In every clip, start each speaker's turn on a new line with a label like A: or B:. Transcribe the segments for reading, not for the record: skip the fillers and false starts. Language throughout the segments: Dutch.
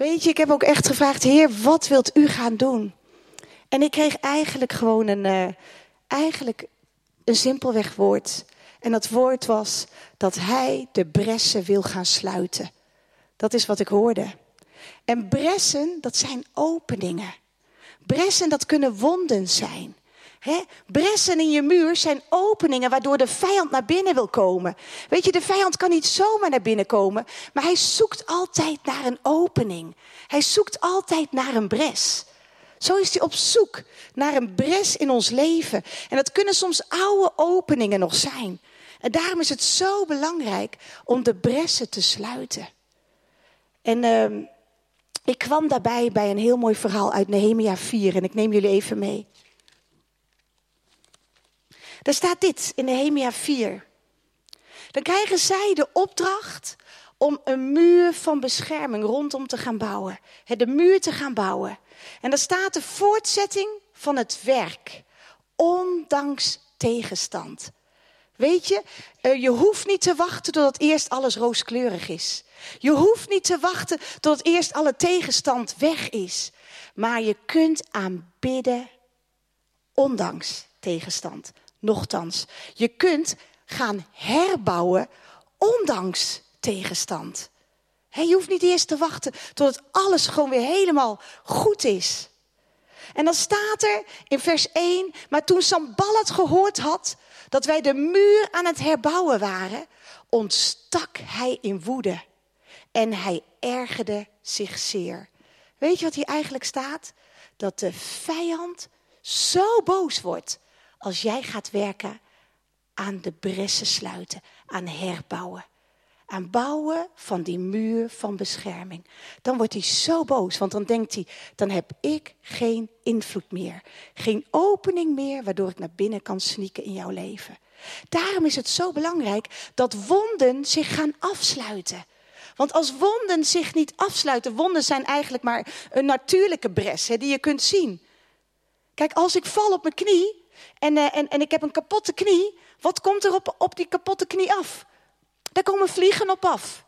A: Weet je, ik heb ook echt gevraagd, Heer, wat wilt u gaan doen? En ik kreeg eigenlijk gewoon een simpelweg woord. En dat woord was dat hij de bressen wil gaan sluiten. Dat is wat ik hoorde. En bressen, dat zijn openingen. Bressen, dat kunnen wonden zijn. Bressen in je muur zijn openingen waardoor de vijand naar binnen wil komen. Weet je, de vijand kan niet zomaar naar binnen komen, maar hij zoekt altijd naar een opening. Hij zoekt altijd naar een bres. Zo is hij op zoek naar een bres in ons leven. En dat kunnen soms oude openingen nog zijn. En daarom is het zo belangrijk om de bressen te sluiten. En ik kwam daarbij bij een heel mooi verhaal uit Nehemia 4. En ik neem jullie even mee. Daar staat dit in Nehemia 4. Dan krijgen zij de opdracht om een muur van bescherming rondom te gaan bouwen. De muur te gaan bouwen. En daar staat de voortzetting van het werk. Ondanks tegenstand. Weet je, je hoeft niet te wachten totdat eerst alles rooskleurig is. Je hoeft niet te wachten totdat eerst alle tegenstand weg is. Maar je kunt aanbidden ondanks tegenstand. Nochtans, je kunt gaan herbouwen ondanks tegenstand. Je hoeft niet eerst te wachten totdat alles gewoon weer helemaal goed is. En dan staat er in vers 1, maar toen Sanballat gehoord had dat wij de muur aan het herbouwen waren, ontstak hij in woede. En hij ergerde zich zeer. Weet je wat hier eigenlijk staat? Dat de vijand zo boos wordt als jij gaat werken aan de bressen sluiten, aan herbouwen. Aan bouwen van die muur van bescherming. Dan wordt hij zo boos, want dan denkt hij, dan heb ik geen invloed meer. Geen opening meer waardoor ik naar binnen kan sneaken in jouw leven. Daarom is het zo belangrijk dat wonden zich gaan afsluiten. Want als wonden zich niet afsluiten, wonden zijn eigenlijk maar een natuurlijke bres die je kunt zien. Kijk, als ik val op mijn knie en ik heb een kapotte knie, wat komt er op die kapotte knie af? Daar komen vliegen op af.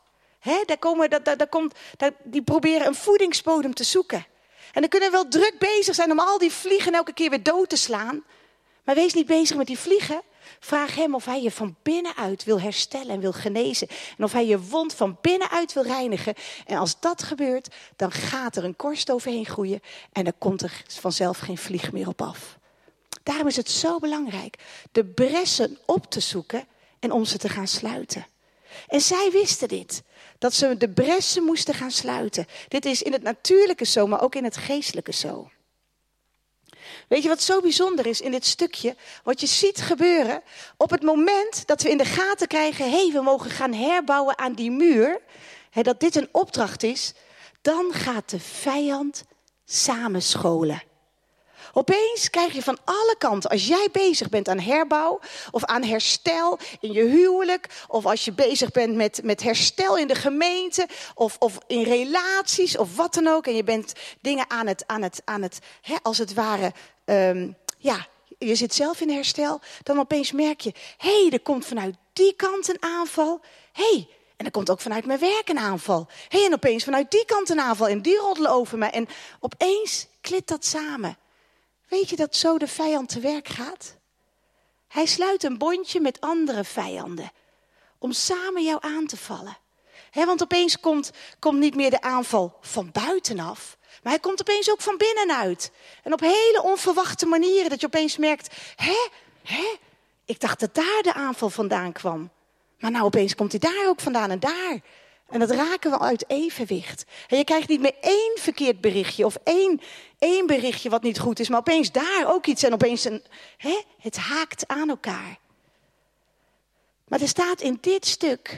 A: Die proberen een voedingsbodem te zoeken. En dan kunnen we wel druk bezig zijn om al die vliegen elke keer weer dood te slaan. Maar wees niet bezig met die vliegen. Vraag hem of hij je van binnenuit wil herstellen en wil genezen. En of hij je wond van binnenuit wil reinigen. En als dat gebeurt, dan gaat er een korst overheen groeien. En dan komt er vanzelf geen vlieg meer op af. Daarom is het zo belangrijk de bressen op te zoeken en om ze te gaan sluiten. En zij wisten dit, dat ze de bressen moesten gaan sluiten. Dit is in het natuurlijke zo, maar ook in het geestelijke zo. Weet je wat zo bijzonder is in dit stukje? Wat je ziet gebeuren op het moment dat we in de gaten krijgen, we mogen gaan herbouwen aan die muur. Dat dit een opdracht is, dan gaat de vijand samenscholen. Opeens krijg je van alle kanten, als jij bezig bent aan herbouw of aan herstel in je huwelijk, of als je bezig bent met herstel in de gemeente of in relaties of wat dan ook, en je bent dingen aan het als het ware, je zit zelf in herstel, dan opeens merk je, er komt vanuit die kant een aanval, en er komt ook vanuit mijn werk een aanval. En opeens vanuit die kant een aanval en die roddelen over me en opeens klit dat samen. Weet je dat zo de vijand te werk gaat? Hij sluit een bondje met andere vijanden. Om samen jou aan te vallen. Want opeens komt niet meer de aanval van buitenaf. Maar hij komt opeens ook van binnenuit. En op hele onverwachte manieren. Dat je opeens merkt. Ik dacht dat daar de aanval vandaan kwam. Maar nou opeens komt hij daar ook vandaan en daar. En dat raken we uit evenwicht. En je krijgt niet meer één verkeerd berichtje of één berichtje wat niet goed is, maar opeens daar ook iets en opeens het haakt aan elkaar. Maar er staat in dit stuk,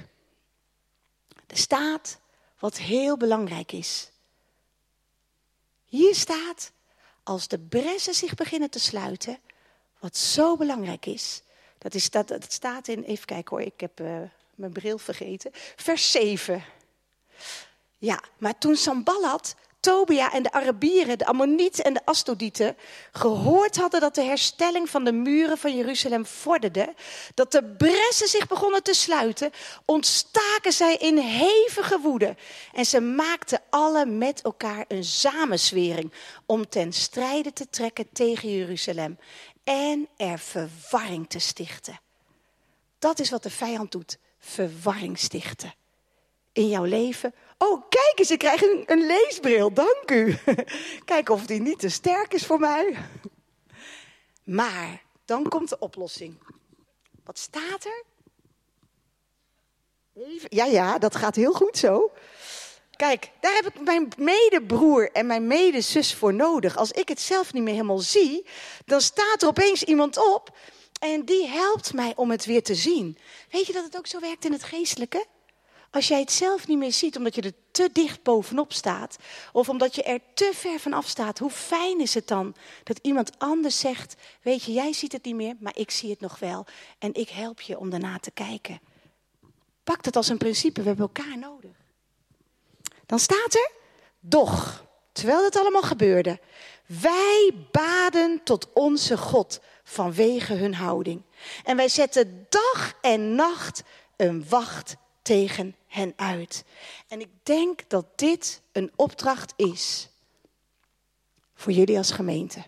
A: er staat wat heel belangrijk is. Hier staat, als de bressen zich beginnen te sluiten, wat zo belangrijk is, dat staat in, even kijken hoor, ik heb mijn bril vergeten. Vers 7. Ja, maar toen Sanballat Tobia en de Arabieren, de Ammonieten en de Asdodieten gehoord hadden dat de herstelling van de muren van Jeruzalem vorderde, dat de bressen zich begonnen te sluiten, ontstaken zij in hevige woede. En ze maakten alle met elkaar een samenzwering om ten strijde te trekken tegen Jeruzalem en er verwarring te stichten. Dat is wat de vijand doet, verwarring stichten. In jouw leven. Oh, kijk eens, ik krijg een leesbril, dank u. Kijk of die niet te sterk is voor mij. Maar, dan komt de oplossing. Wat staat er? Ja, dat gaat heel goed zo. Kijk, daar heb ik mijn medebroer en mijn medezus voor nodig. Als ik het zelf niet meer helemaal zie, dan staat er opeens iemand op en die helpt mij om het weer te zien. Weet je dat het ook zo werkt in het geestelijke? Als jij het zelf niet meer ziet, omdat je er te dicht bovenop staat, of omdat je er te ver van af staat, hoe fijn is het dan dat iemand anders zegt, weet je, jij ziet het niet meer, maar ik zie het nog wel. En ik help je om daarna te kijken. Pak dat als een principe, we hebben elkaar nodig. Dan staat er, doch, terwijl het allemaal gebeurde, wij baden tot onze God vanwege hun houding. En wij zetten dag en nacht een wacht tegen hen uit. En ik denk dat dit een opdracht is voor jullie als gemeente.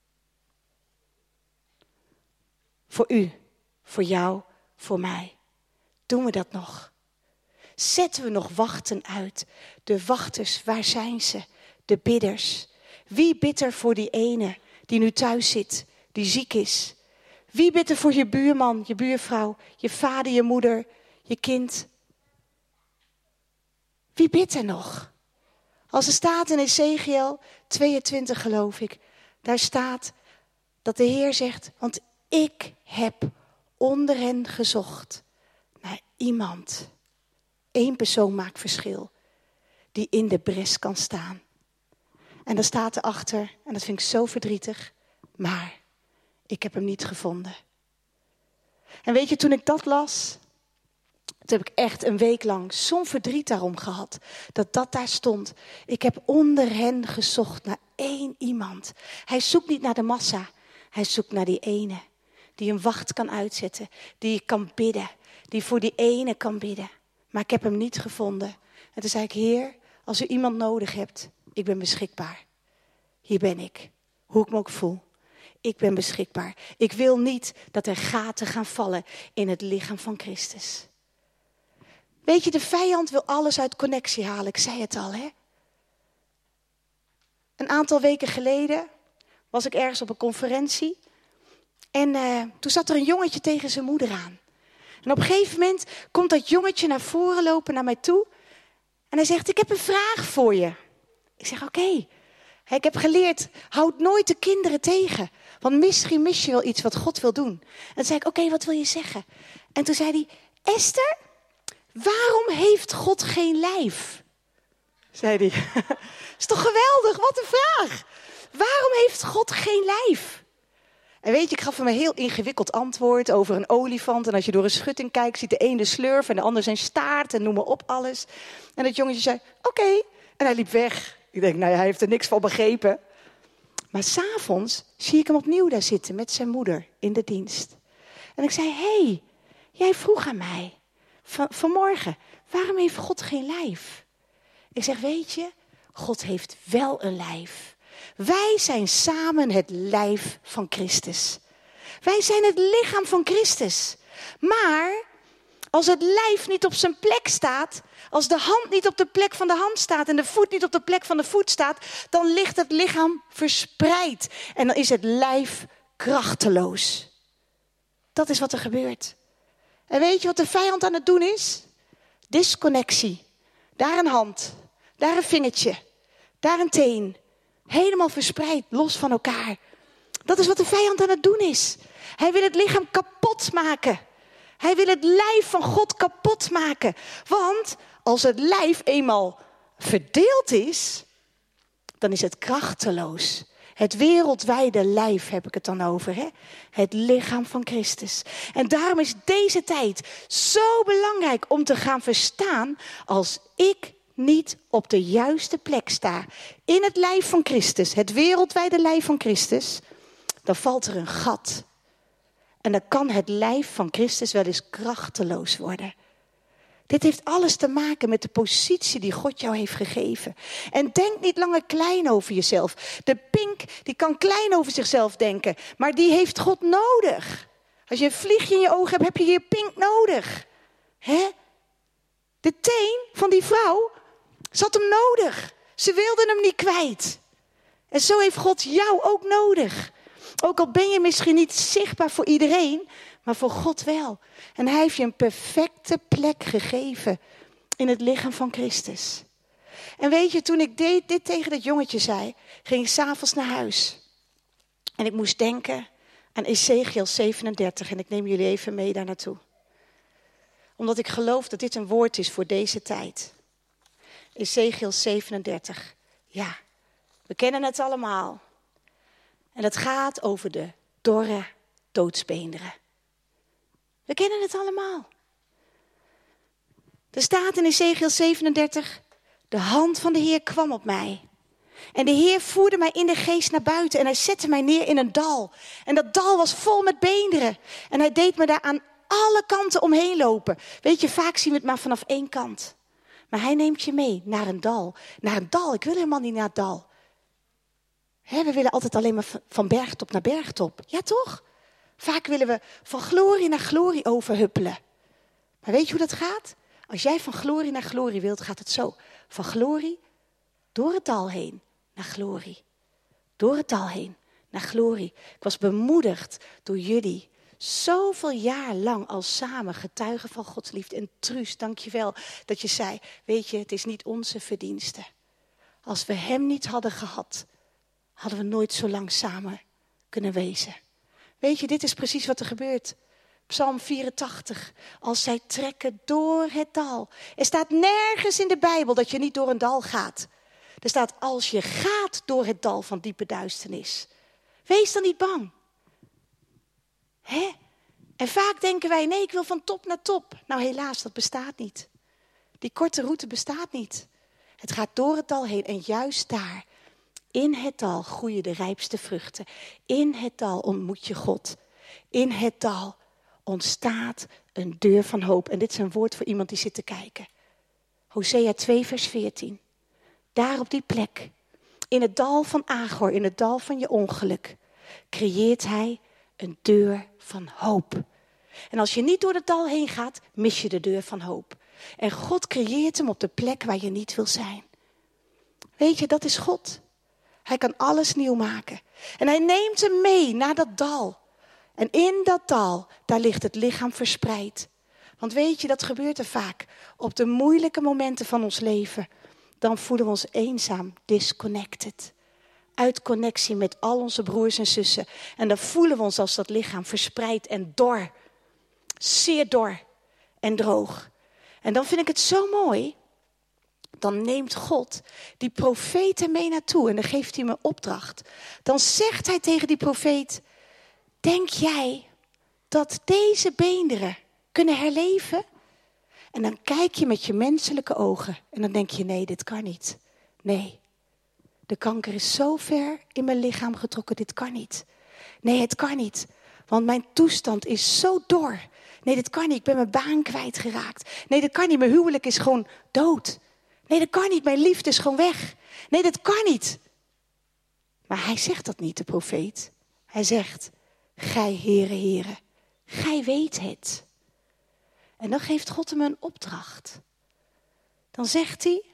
A: Voor u, voor jou, voor mij. Doen we dat nog? Zetten we nog wachten uit? De wachters, waar zijn ze? De bidders. Wie bidt er voor die ene die nu thuis zit, die ziek is? Wie bidt er voor je buurman, je buurvrouw, je vader, je moeder, je kind? Wie bidt er nog? Als er staat in Ezechiel 22 geloof ik, daar staat dat de Heer zegt, want ik heb onder hen gezocht naar iemand. 1 persoon maakt verschil, die in de bres kan staan. En dan staat erachter, en dat vind ik zo verdrietig, maar ik heb hem niet gevonden. En weet je, toen ik dat las, toen heb ik echt een week lang zo'n verdriet daarom gehad, dat daar stond. Ik heb onder hen gezocht naar 1 iemand. Hij zoekt niet naar de massa, hij zoekt naar die ene, die een wacht kan uitzetten, die kan bidden, die voor die ene kan bidden. Maar ik heb hem niet gevonden. En toen zei ik, Heer, als u iemand nodig hebt, ik ben beschikbaar. Hier ben ik, hoe ik me ook voel. Ik ben beschikbaar. Ik wil niet dat er gaten gaan vallen in het lichaam van Christus. Weet je, de vijand wil alles uit connectie halen. Ik zei het al, hè. Een aantal weken geleden was ik ergens op een conferentie. En toen zat er een jongetje tegen zijn moeder aan. En op een gegeven moment komt dat jongetje naar voren lopen naar mij toe. En hij zegt, ik heb een vraag voor je. Ik zeg, oké. Ik heb geleerd, houd nooit de kinderen tegen. Want misschien mis je wel iets wat God wil doen. En toen zei ik, oké, wat wil je zeggen? En toen zei hij, Esther, waarom heeft God geen lijf? Zei hij. Is toch geweldig, wat een vraag. Waarom heeft God geen lijf? En weet je, ik gaf hem een heel ingewikkeld antwoord over een olifant. En als je door een schutting kijkt, ziet de een de slurf en de ander zijn staart en noem maar op alles. En dat jongetje zei, oké. En hij liep weg. Ik denk, nou ja, hij heeft er niks van begrepen. Maar 's avonds zie ik hem opnieuw daar zitten met zijn moeder in de dienst. En ik zei, hey, jij vroeg aan mij vanmorgen, waarom heeft God geen lijf? Ik zeg, weet je, God heeft wel een lijf. Wij zijn samen het lijf van Christus. Wij zijn het lichaam van Christus. Maar als het lijf niet op zijn plek staat, als de hand niet op de plek van de hand staat en de voet niet op de plek van de voet staat, dan ligt het lichaam verspreid. En dan is het lijf krachteloos. Dat is wat er gebeurt. En weet je wat de vijand aan het doen is? Disconnectie. Daar een hand, daar een vingertje, daar een teen. Helemaal verspreid, los van elkaar. Dat is wat de vijand aan het doen is. Hij wil het lichaam kapot maken. Hij wil het lijf van God kapot maken. Want als het lijf eenmaal verdeeld is, dan is het krachteloos. Het wereldwijde lijf heb ik het dan over. Hè? Het lichaam van Christus. En daarom is deze tijd zo belangrijk om te gaan verstaan. Als ik niet op de juiste plek sta, in het lijf van Christus, het wereldwijde lijf van Christus, dan valt er een gat. En dan kan het lijf van Christus wel eens krachteloos worden. Dit heeft alles te maken met de positie die God jou heeft gegeven. En denk niet langer klein over jezelf. De pink die kan klein over zichzelf denken, maar die heeft God nodig. Als je een vliegje in je ogen hebt, heb je hier pink nodig. Hè? De teen van die vrouw zat hem nodig. Ze wilden hem niet kwijt. En zo heeft God jou ook nodig. Ook al ben je misschien niet zichtbaar voor iedereen, maar voor God wel. En hij heeft je een perfecte plek gegeven in het lichaam van Christus. En weet je, toen ik dit tegen dat jongetje zei, ging ik 's avonds naar huis. En ik moest denken aan Ezechiel 37 en ik neem jullie even mee daar naartoe. Omdat ik geloof dat dit een woord is voor deze tijd. Ezechiel 37. Ja, we kennen het allemaal. En het gaat over de dorre doodsbeenderen. We kennen het allemaal. Er staat in Ezechiel 37, de hand van de Heer kwam op mij. En de Heer voerde mij in de geest naar buiten en hij zette mij neer in een dal. En dat dal was vol met beenderen. En hij deed me daar aan alle kanten omheen lopen. Weet je, vaak zien we het maar vanaf één kant. Maar hij neemt je mee naar een dal. Naar een dal, ik wil helemaal niet naar het dal. We willen altijd alleen maar van bergtop naar bergtop. Ja, toch? Vaak willen we van glorie naar glorie overhuppelen. Maar weet je hoe dat gaat? Als jij van glorie naar glorie wilt, gaat het zo. Van glorie door het dal heen naar glorie. Door het dal heen naar glorie. Ik was bemoedigd door jullie. Zoveel jaar lang al samen getuigen van Gods liefde. En Truus, dank je wel dat je zei, weet je, het is niet onze verdienste. Als we hem niet hadden gehad, hadden we nooit zo lang samen kunnen wezen. Weet je, dit is precies wat er gebeurt. Psalm 84. Als zij trekken door het dal. Er staat nergens in de Bijbel dat je niet door een dal gaat. Er staat als je gaat door het dal van diepe duisternis. Wees dan niet bang. Hè? En vaak denken wij, nee, ik wil van top naar top. Nou helaas, dat bestaat niet. Die korte route bestaat niet. Het gaat door het dal heen en juist daar. In het dal groeien de rijpste vruchten. In het dal ontmoet je God. In het dal ontstaat een deur van hoop. En dit is een woord voor iemand die zit te kijken. Hosea 2 vers 14. Daar op die plek, in het dal van Agor, in het dal van je ongeluk, creëert hij een deur van hoop. En als je niet door het dal heen gaat, mis je de deur van hoop. En God creëert hem op de plek waar je niet wil zijn. Weet je, dat is God. Hij kan alles nieuw maken. En hij neemt hem mee naar dat dal. En in dat dal, daar ligt het lichaam verspreid. Want weet je, dat gebeurt er vaak. Op de moeilijke momenten van ons leven. Dan voelen we ons eenzaam, disconnected. Uit connectie met al onze broers en zussen. En dan voelen we ons als dat lichaam verspreid en dor. Zeer dor en droog. En dan vind ik het zo mooi. Dan neemt God die profeten mee naartoe en dan geeft hij hem een opdracht. Dan zegt hij tegen die profeet, denk jij dat deze beenderen kunnen herleven? En dan kijk je met je menselijke ogen en dan denk je, nee, dit kan niet. Nee, de kanker is zo ver in mijn lichaam getrokken, dit kan niet. Nee, het kan niet, want mijn toestand is zo dor. Nee, dit kan niet, ik ben mijn baan kwijtgeraakt. Nee, dat kan niet, mijn huwelijk is gewoon dood. Nee, dat kan niet, mijn liefde is gewoon weg. Nee, dat kan niet. Maar hij zegt dat niet, de profeet. Hij zegt, gij Heere, Heere, gij weet het. En dan geeft God hem een opdracht. Dan zegt hij,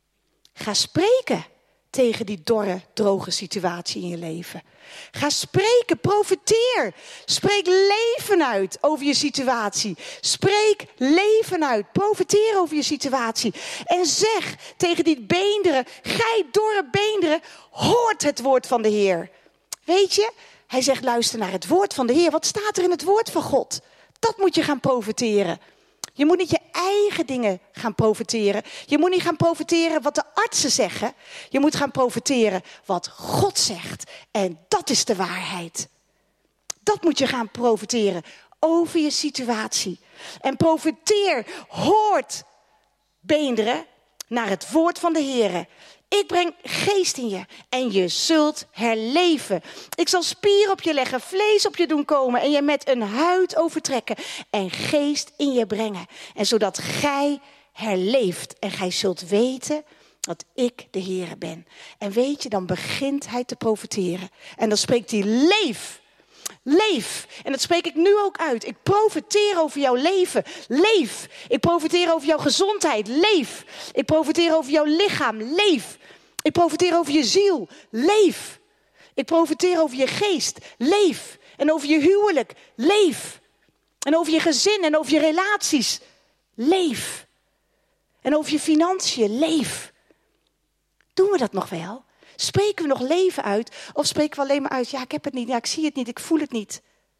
A: ga spreken tegen die dorre, droge situatie in je leven. Ga spreken, profeteer. Spreek leven uit over je situatie. Spreek leven uit, profeteer over je situatie. En zeg tegen die beenderen, gij dorre beenderen, hoort het woord van de Heer. Weet je, hij zegt luister naar het woord van de Heer. Wat staat er in het woord van God? Dat moet je gaan profeteren. Je moet niet je eigen dingen gaan profeteren. Je moet niet gaan profeteren wat de artsen zeggen. Je moet gaan profeteren wat God zegt. En dat is de waarheid. Dat moet je gaan profeteren over je situatie. En profeteer, hoort beenderen. naar het woord van de Heere. Ik breng geest in je en je zult herleven. Ik zal spieren op je leggen, vlees op je doen komen en je met een huid overtrekken en geest in je brengen. En zodat gij herleeft en gij zult weten dat ik de Heere ben. En weet je, dan begint hij te profeteren. En dan spreekt hij leef. Leef. En dat spreek ik nu ook uit. Ik profeteer over jouw leven. Leef. Ik profeteer over jouw gezondheid. Leef. Ik profeteer over jouw lichaam. Leef. Ik profeteer over je ziel. Leef. Ik profeteer over je geest. Leef. En over je huwelijk. Leef. En over je gezin en over je relaties. Leef. En over je financiën. Leef. Doen we dat nog wel? Spreken we nog leven uit? Of spreken we alleen maar uit, ja, ik heb het niet, ja, ik zie het niet, ik voel het niet.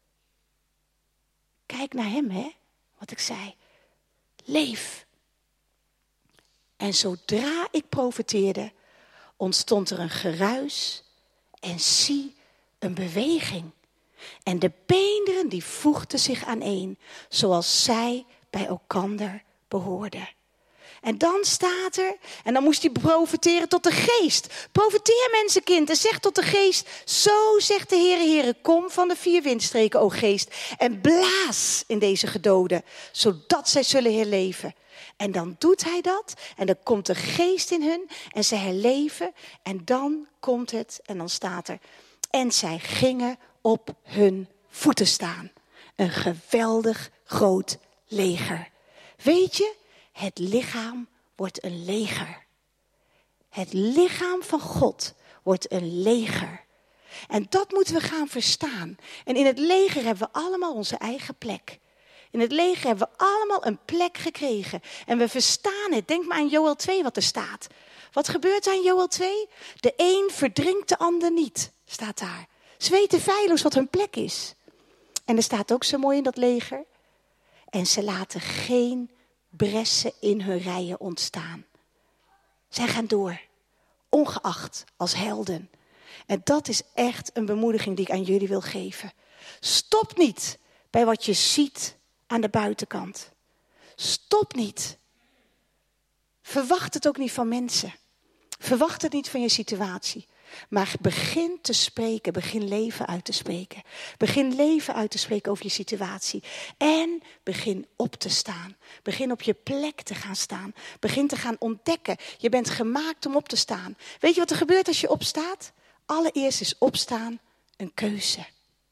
A: Kijk naar hem, hè, wat ik zei. Leef. En zodra ik profeteerde, ontstond er een geruis en zie, een beweging. En de beenderen die voegden zich aaneen, zoals zij bij elkander behoorden. En dan staat er, en dan moest hij profeteren tot de geest. Profeteer mensenkind en zeg tot de geest, zo zegt de Heere, kom van de 4 windstreken, o geest. En blaas in deze gedoden, zodat zij zullen herleven. En dan doet hij dat en dan komt de geest in hun en ze herleven. En dan komt het en dan staat er, en zij gingen op hun voeten staan. Een geweldig groot leger. Weet je? Het lichaam wordt een leger. Het lichaam van God wordt een leger. En dat moeten we gaan verstaan. En in het leger hebben we allemaal onze eigen plek. In het leger hebben we allemaal een plek gekregen. En we verstaan het. Denk maar aan Joël 2 wat er staat. Wat gebeurt er aan Joël 2? De een verdrinkt de ander niet, staat daar. Ze weten feilloos wat hun plek is. En er staat ook zo mooi in dat leger. En ze laten geen bressen in hun rijen ontstaan. Zij gaan door, ongeacht als helden. En dat is echt een bemoediging die ik aan jullie wil geven. Stop niet bij wat je ziet aan de buitenkant. Stop niet. Verwacht het ook niet van mensen. Verwacht het niet van je situatie. Maar begin te spreken, begin leven uit te spreken. Begin leven uit te spreken over je situatie. En begin op te staan. Begin op je plek te gaan staan. Begin te gaan ontdekken. Je bent gemaakt om op te staan. Weet je wat er gebeurt als je opstaat? Allereerst is opstaan een keuze.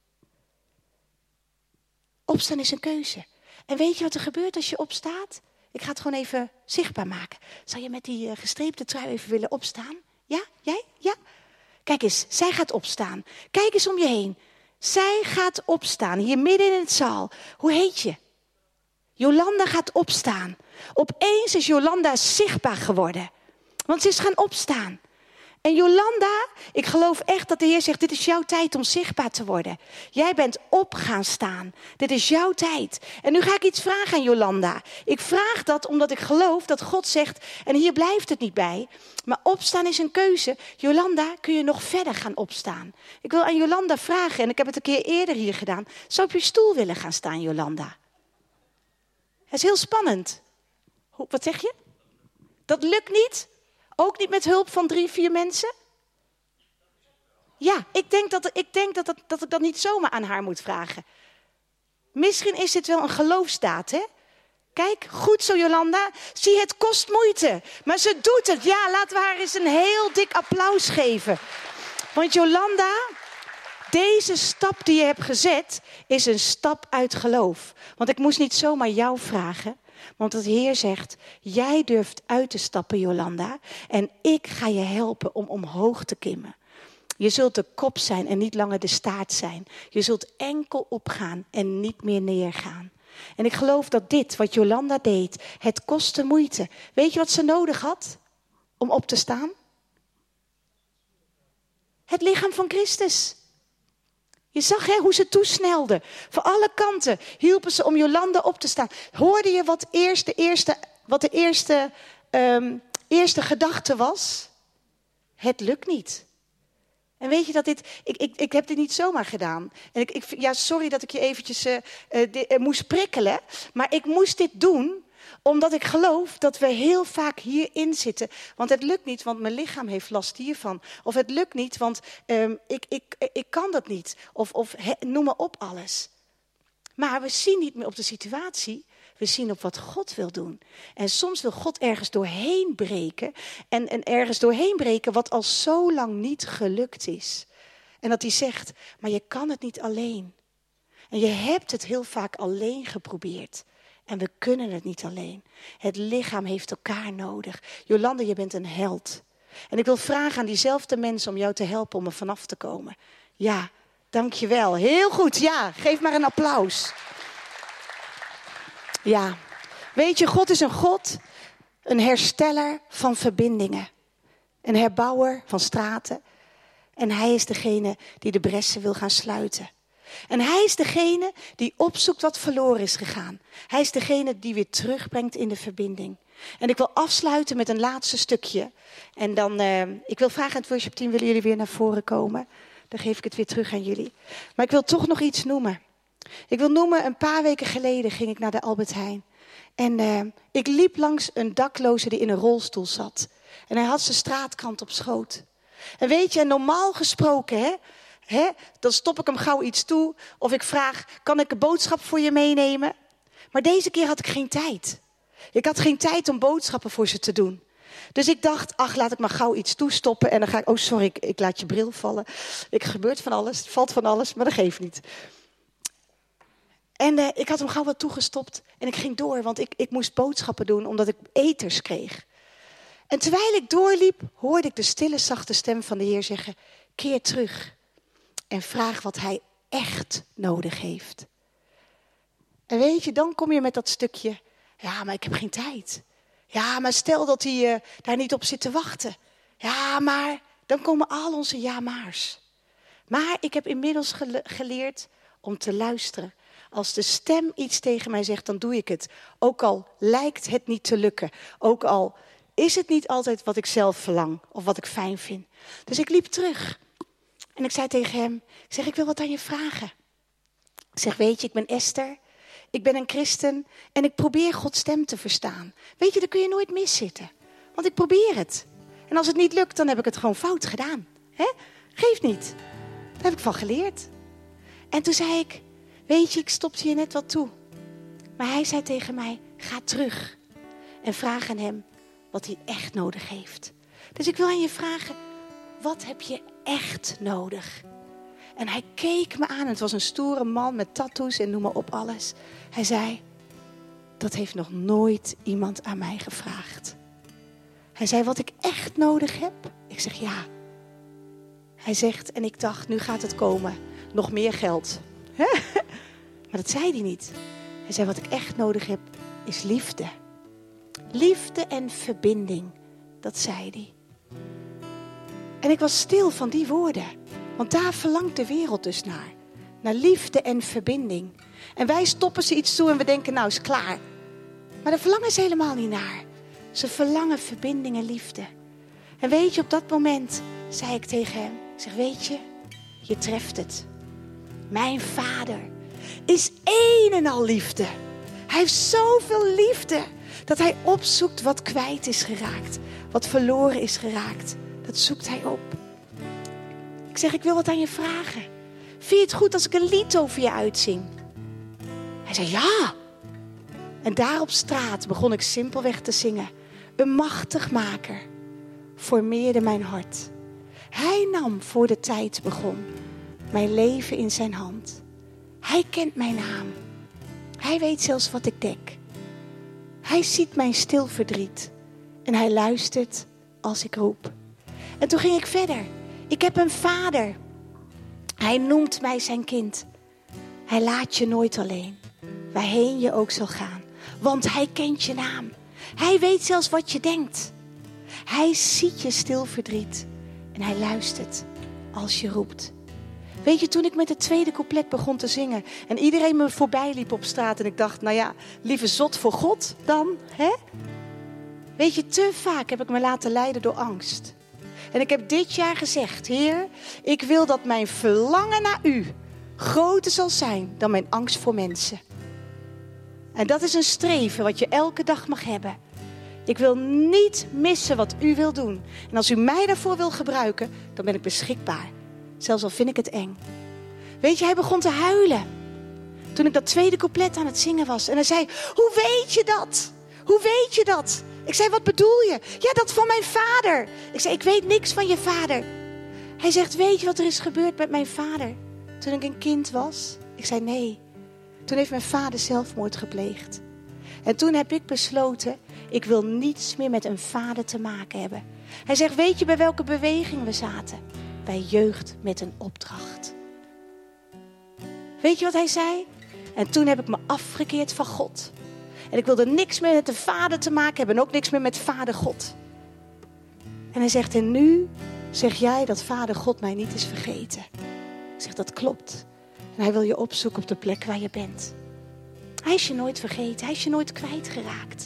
A: Opstaan is een keuze. En weet je wat er gebeurt als je opstaat? Ik ga het gewoon even zichtbaar maken. Zou je met die gestreepte trui even willen opstaan? Ja? Jij? Ja? Kijk eens, zij gaat opstaan. Kijk eens om je heen. Zij gaat opstaan, hier midden in het zaal. Hoe heet je? Jolanda gaat opstaan. Opeens is Jolanda zichtbaar geworden. Want ze is gaan opstaan. En Jolanda, ik geloof echt dat de Heer zegt, dit is jouw tijd om zichtbaar te worden. Jij bent op gaan staan. Dit is jouw tijd. En nu ga ik iets vragen aan Jolanda. Ik vraag dat omdat ik geloof dat God zegt, en hier blijft het niet bij, maar opstaan is een keuze. Jolanda, kun je nog verder gaan opstaan? Ik wil aan Jolanda vragen, en ik heb het een keer eerder hier gedaan. Zou je op je stoel willen gaan staan, Jolanda? Het is heel spannend. Wat zeg je? Dat lukt niet? Ook niet met hulp van 3, 4 mensen? Ja, ik denk dat ik dat niet zomaar aan haar moet vragen. Misschien is dit wel een geloofsdaad, hè? Kijk, goed zo Jolanda. Zie, het kost moeite. Maar ze doet het. Ja, laten we haar eens een heel dik applaus geven. Want Jolanda, deze stap die je hebt gezet, is een stap uit geloof. Want ik moest niet zomaar jou vragen. Want de Heer zegt, jij durft uit te stappen, Jolanda. En ik ga je helpen om omhoog te klimmen. Je zult de kop zijn en niet langer de staart zijn. Je zult enkel opgaan en niet meer neergaan. En ik geloof dat dit, wat Jolanda deed, het kostte moeite. Weet je wat ze nodig had om op te staan? Het lichaam van Christus. Je zag hoe ze toesnelden. Van alle kanten hielpen ze om Jolanda op te staan. Hoorde je wat de eerste gedachte was? Het lukt niet. En weet je dat dit... Ik heb dit niet zomaar gedaan. En sorry dat ik je eventjes moest prikkelen. Maar ik moest dit doen. Omdat ik geloof dat we heel vaak hierin zitten. Want het lukt niet, want mijn lichaam heeft last hiervan. Of het lukt niet, want ik kan dat niet. Of noem maar op alles. Maar we zien niet meer op de situatie. We zien op wat God wil doen. En soms wil God ergens doorheen breken. En ergens doorheen breken wat al zo lang niet gelukt is. En dat hij zegt, maar je kan het niet alleen. En je hebt het heel vaak alleen geprobeerd. En we kunnen het niet alleen. Het lichaam heeft elkaar nodig. Jolande, je bent een held. En ik wil vragen aan diezelfde mensen om jou te helpen om er vanaf te komen. Ja, dankjewel. Heel goed, ja. Geef maar een applaus. Ja, weet je, God is een God, een hersteller van verbindingen. Een herbouwer van straten. En hij is degene die de bressen wil gaan sluiten. En hij is degene die opzoekt wat verloren is gegaan. Hij is degene die weer terugbrengt in de verbinding. En ik wil afsluiten met een laatste stukje. En dan, ik wil vragen aan het worshipteam, willen jullie weer naar voren komen? Dan geef ik het weer terug aan jullie. Maar ik wil toch nog iets noemen. Ik wil noemen, een paar weken geleden ging ik naar de Albert Heijn. En ik liep langs een dakloze die in een rolstoel zat. En hij had zijn straatkrant op schoot. En weet je, normaal gesproken, dan stop ik hem gauw iets toe. Of ik vraag, kan ik een boodschap voor je meenemen? Maar deze keer had ik geen tijd. Ik had geen tijd om boodschappen voor ze te doen. Dus ik dacht, ach, laat ik maar gauw iets toestoppen. En dan ga ik, oh sorry, ik laat je bril vallen. Er gebeurt van alles, het valt van alles, maar dat geeft niet. En ik had hem gauw wat toegestopt. En ik ging door, want ik moest boodschappen doen, omdat ik eters kreeg. En terwijl ik doorliep, hoorde ik de stille, zachte stem van de Heer zeggen, keer terug. En vraag wat hij echt nodig heeft. En weet je, dan kom je met dat stukje. Ja, maar ik heb geen tijd. Ja, maar stel dat hij daar niet op zit te wachten. Ja, maar dan komen al onze ja-maars. Maar ik heb inmiddels geleerd om te luisteren. Als de stem iets tegen mij zegt, dan doe ik het. Ook al lijkt het niet te lukken. Ook al is het niet altijd wat ik zelf verlang of wat ik fijn vind. Dus ik liep terug. En ik zei tegen hem, ik wil wat aan je vragen. Ik zeg, weet je, ik ben Esther. Ik ben een christen en ik probeer Gods stem te verstaan. Weet je, daar kun je nooit miszitten. Want ik probeer het. En als het niet lukt, dan heb ik het gewoon fout gedaan. Geeft niet. Daar heb ik van geleerd. En toen zei ik, weet je, ik stopte je net wat toe. Maar hij zei tegen mij, ga terug. En vraag aan hem wat hij echt nodig heeft. Dus ik wil aan je vragen, wat heb je echt nodig? En hij keek me aan. Het was een stoere man met tattoos en noem maar op alles. Hij zei, dat heeft nog nooit iemand aan mij gevraagd. Hij zei, wat ik echt nodig heb? Ik zeg, ja. Hij zegt, en ik dacht, nu gaat het komen. Nog meer geld. Maar dat zei hij niet. Hij zei, wat ik echt nodig heb, is liefde. Liefde en verbinding. Dat zei hij. En ik was stil van die woorden. Want daar verlangt de wereld dus naar. Naar liefde en verbinding. En wij stoppen ze iets toe en we denken, nou is klaar. Maar daar verlangen ze helemaal niet naar. Ze verlangen verbinding en liefde. En weet je, op dat moment zei ik tegen hem. Ik zeg, weet je, je treft het. Mijn vader is een en al liefde. Hij heeft zoveel liefde. Dat hij opzoekt wat kwijt is geraakt. Wat verloren is geraakt. Dat zoekt hij op. Ik zeg, ik wil wat aan je vragen. Vind je het goed als ik een lied over je uitzing? Hij zei, ja. En daar op straat begon ik simpelweg te zingen. Een machtig maker formeerde mijn hart. Hij nam voor de tijd begon mijn leven in zijn hand. Hij kent mijn naam. Hij weet zelfs wat ik denk. Hij ziet mijn stil verdriet. En hij luistert als ik roep. En toen ging ik verder. Ik heb een vader. Hij noemt mij zijn kind. Hij laat je nooit alleen. Waarheen je ook zal gaan. Want hij kent je naam. Hij weet zelfs wat je denkt. Hij ziet je stil verdriet. En hij luistert als je roept. Weet je, toen ik met het tweede couplet begon te zingen. En iedereen me voorbij liep op straat. En ik dacht, nou ja, lieve zot voor God dan. Hè? Weet je, te vaak heb ik me laten leiden door angst. En ik heb dit jaar gezegd, Heer, ik wil dat mijn verlangen naar u groter zal zijn dan mijn angst voor mensen. En dat is een streven wat je elke dag mag hebben. Ik wil niet missen wat u wil doen. En als u mij daarvoor wil gebruiken, dan ben ik beschikbaar. Zelfs al vind ik het eng. Weet je, hij begon te huilen. Toen ik dat tweede couplet aan het zingen was. En hij zei, hoe weet je dat? Hoe weet je dat? Ik zei, wat bedoel je? Ja, dat van mijn vader. Ik zei, ik weet niks van je vader. Hij zegt, weet je wat er is gebeurd met mijn vader? Toen ik een kind was? Ik zei, nee. Toen heeft mijn vader zelfmoord gepleegd. En toen heb ik besloten, ik wil niets meer met een vader te maken hebben. Hij zegt, weet je bij welke beweging we zaten? Bij jeugd met een opdracht. Weet je wat hij zei? En toen heb ik me afgekeerd van God. En ik wilde niks meer met de vader te maken hebben en ook niks meer met vader God. En hij zegt, en nu zeg jij dat vader God mij niet is vergeten. Ik zeg, dat klopt. En hij wil je opzoeken op de plek waar je bent. Hij is je nooit vergeten, hij is je nooit kwijtgeraakt.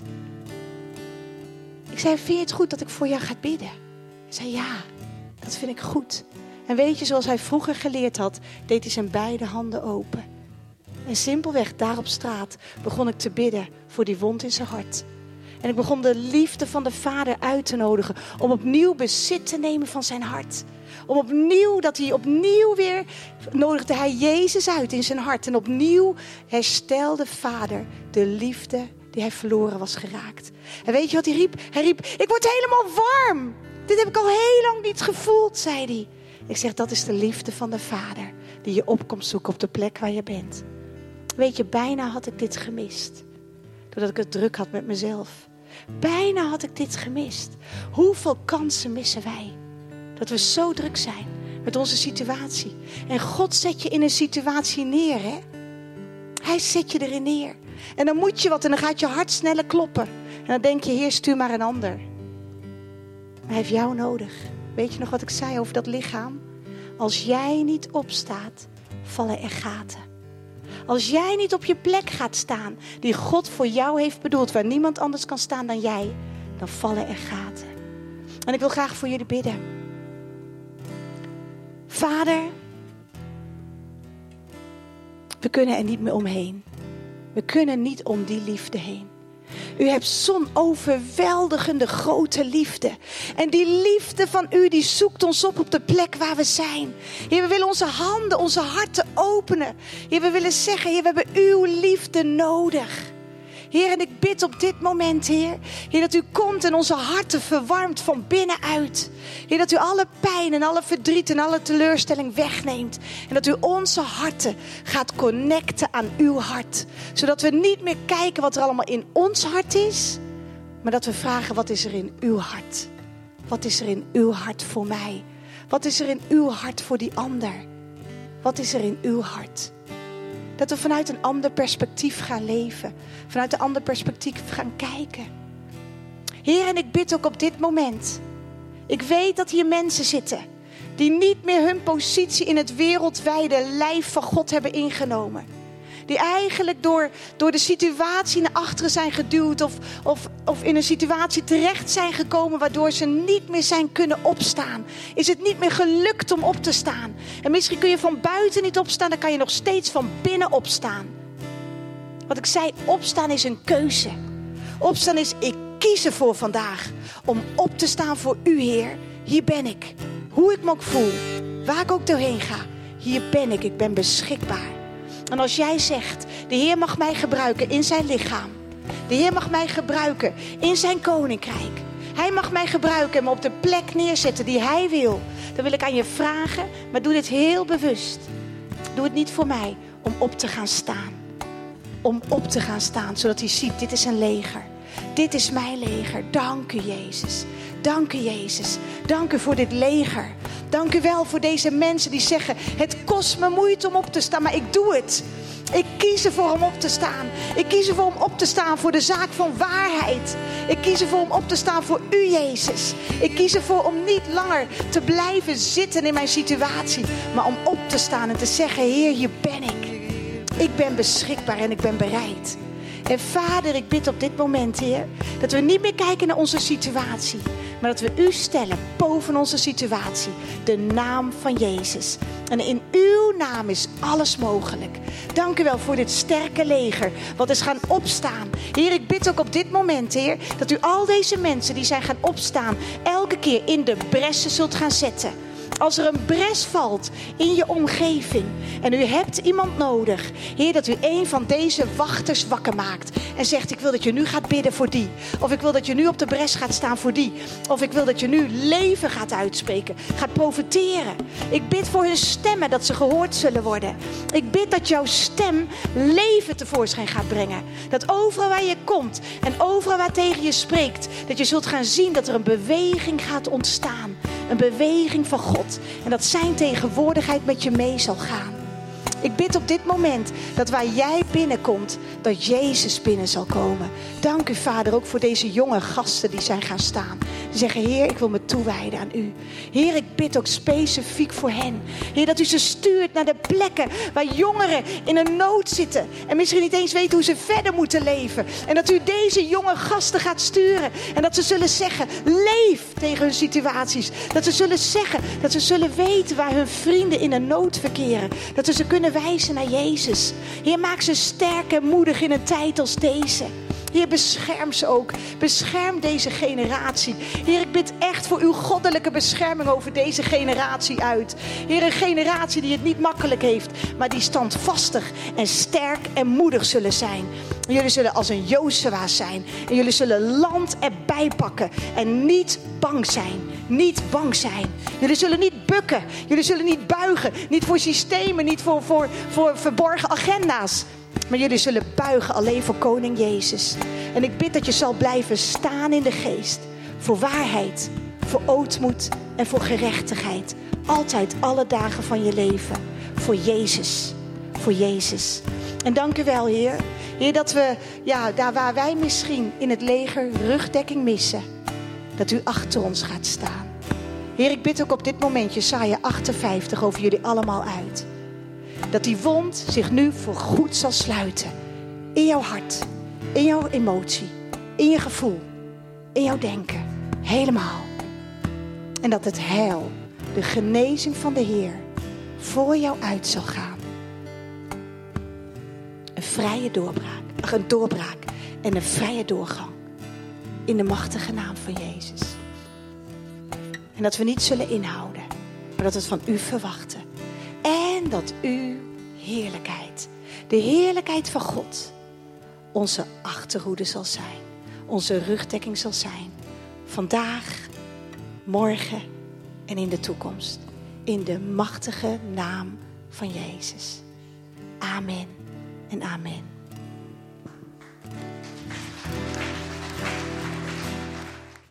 A: Ik zei, vind je het goed dat ik voor jou ga bidden? Hij zei, ja, dat vind ik goed. En weet je, zoals hij vroeger geleerd had, deed hij zijn beide handen open. En simpelweg daar op straat begon ik te bidden voor die wond in zijn hart. En ik begon de liefde van de Vader uit te nodigen om opnieuw bezit te nemen van zijn hart. Om opnieuw weer nodigde hij Jezus uit in zijn hart. En opnieuw herstelde Vader de liefde die hij verloren was geraakt. En weet je wat hij riep? Hij riep, ik word helemaal warm. Dit heb ik al heel lang niet gevoeld, zei hij. Ik zeg, dat is de liefde van de Vader die je op komt zoeken op de plek waar je bent. Weet je, bijna had ik dit gemist. Doordat ik het druk had met mezelf. Bijna had ik dit gemist. Hoeveel kansen missen wij? Dat we zo druk zijn met onze situatie. En God zet je in een situatie neer, hè? Hij zet je erin neer. En dan moet je wat en dan gaat je hart sneller kloppen. En dan denk je, Heer, stuur maar een ander. Maar hij heeft jou nodig. Weet je nog wat ik zei over dat lichaam? Als jij niet opstaat, vallen er gaten. Als jij niet op je plek gaat staan die God voor jou heeft bedoeld, waar niemand anders kan staan dan jij, dan vallen er gaten. En ik wil graag voor jullie bidden. Vader, we kunnen er niet meer omheen. We kunnen niet om die liefde heen. U hebt zo'n overweldigende grote liefde. En die liefde van u, die zoekt ons op de plek waar we zijn. Heer, we willen onze handen, onze harten openen. Heer, we willen zeggen, Heer, we hebben uw liefde nodig. Heer, en ik bid op dit moment, Heer, dat u komt en onze harten verwarmt van binnenuit. Heer, dat u alle pijn en alle verdriet en alle teleurstelling wegneemt. En dat u onze harten gaat connecten aan uw hart. Zodat we niet meer kijken wat er allemaal in ons hart is. Maar dat we vragen, wat is er in uw hart? Wat is er in uw hart voor mij? Wat is er in uw hart voor die ander? Wat is er in uw hart? Dat we vanuit een ander perspectief gaan leven. Vanuit een ander perspectief gaan kijken. Heer, en ik bid ook op dit moment. Ik weet dat hier mensen zitten die niet meer hun positie in het wereldwijde lijf van God hebben ingenomen. Die eigenlijk door de situatie naar achteren zijn geduwd of in een situatie terecht zijn gekomen waardoor ze niet meer zijn kunnen opstaan. Is het niet meer gelukt om op te staan. En misschien kun je van buiten niet opstaan, dan kan je nog steeds van binnen opstaan. Wat ik zei, opstaan is een keuze. Opstaan is, ik kies ervoor vandaag om op te staan voor u, Heer. Hier ben ik. Hoe ik me ook voel, waar ik ook doorheen ga. Hier ben ik ben beschikbaar. En als jij zegt, de Heer mag mij gebruiken in zijn lichaam. De Heer mag mij gebruiken in zijn koninkrijk. Hij mag mij gebruiken en me op de plek neerzetten die hij wil. Dan wil ik aan je vragen, maar doe dit heel bewust. Doe het niet voor mij om op te gaan staan. Om op te gaan staan, zodat hij ziet, dit is een leger. Dit is mijn leger. Dank u, Jezus. Dank u, Jezus. Dank u voor dit leger. Dank u wel voor deze mensen die zeggen, het kost me moeite om op te staan, maar ik doe het. Ik kies ervoor om op te staan. Ik kies ervoor om op te staan voor de zaak van waarheid. Ik kies ervoor om op te staan voor u, Jezus. Ik kies ervoor om niet langer te blijven zitten in mijn situatie, maar om op te staan en te zeggen, Heer, hier ben ik. Ik ben beschikbaar en ik ben bereid. En Vader, ik bid op dit moment, Heer, dat we niet meer kijken naar onze situatie, Maar dat we u stellen boven onze situatie. De naam van Jezus. En in uw naam is alles mogelijk. Dank u wel voor dit sterke leger. Wat is gaan opstaan. Heer, ik bid ook op dit moment, Heer. Dat u al deze mensen die zijn gaan opstaan. Elke keer in de bressen zult gaan zetten. Als er een bres valt in je omgeving en u hebt iemand nodig, Heer, dat u een van deze wachters wakker maakt en zegt, ik wil dat je nu gaat bidden voor die. Of ik wil dat je nu op de bres gaat staan voor die. Of ik wil dat je nu leven gaat uitspreken, gaat profeteren. Ik bid voor hun stemmen, dat ze gehoord zullen worden. Ik bid dat jouw stem leven tevoorschijn gaat brengen. Dat overal waar je komt en overal waar tegen je spreekt, dat je zult gaan zien dat er een beweging gaat ontstaan. Een beweging van God. En dat zijn tegenwoordigheid met je mee zal gaan. Ik bid op dit moment dat waar jij binnenkomt, dat Jezus binnen zal komen. Dank u, Vader, ook voor deze jonge gasten die zijn gaan staan. Die zeggen, Heer, ik wil me toewijden aan u. Heer, ik bid ook specifiek voor hen. Heer, dat u ze stuurt naar de plekken waar jongeren in een nood zitten. En misschien niet eens weten hoe ze verder moeten leven. En dat u deze jonge gasten gaat sturen. En dat ze zullen zeggen, leef tegen hun situaties. Dat ze zullen zeggen, dat ze zullen weten waar hun vrienden in een nood verkeren. Dat ze kunnen wijzen naar Jezus. Heer, maak ze sterk en moedig in een tijd als deze. Heer, bescherm ze ook. Bescherm deze generatie. Heer, ik bid echt voor uw goddelijke bescherming over deze generatie uit. Heer, een generatie die het niet makkelijk heeft, maar die standvastig en sterk en moedig zullen zijn. En jullie zullen als een Jozua zijn. En jullie zullen land erbij pakken en niet bang zijn. Niet bang zijn. Jullie zullen niet bukken. Jullie zullen niet buigen. Niet voor systemen, niet voor verborgen agenda's. Maar jullie zullen buigen alleen voor koning Jezus. En ik bid dat je zal blijven staan in de geest. Voor waarheid, voor ootmoed en voor gerechtigheid. Altijd, alle dagen van je leven. Voor Jezus. Voor Jezus. En dank u wel, Heer. Heer, dat we, daar waar wij misschien in het leger rugdekking missen, dat u achter ons gaat staan. Heer, ik bid ook op dit moment, Jesaja 58, over jullie allemaal uit. Dat die wond zich nu voor goed zal sluiten. In jouw hart, in jouw emotie, in je gevoel, in jouw denken. Helemaal. En dat het heil, de genezing van de Heer, voor jou uit zal gaan. Een vrije doorbraak. Een doorbraak en een vrije doorgang. In de machtige naam van Jezus. En dat we niet zullen inhouden, maar dat we het van u verwachten. En dat uw heerlijkheid, de heerlijkheid van God, onze achterhoede zal zijn. Onze rugdekking zal zijn. Vandaag, morgen en in de toekomst. In de machtige naam van Jezus. Amen en amen.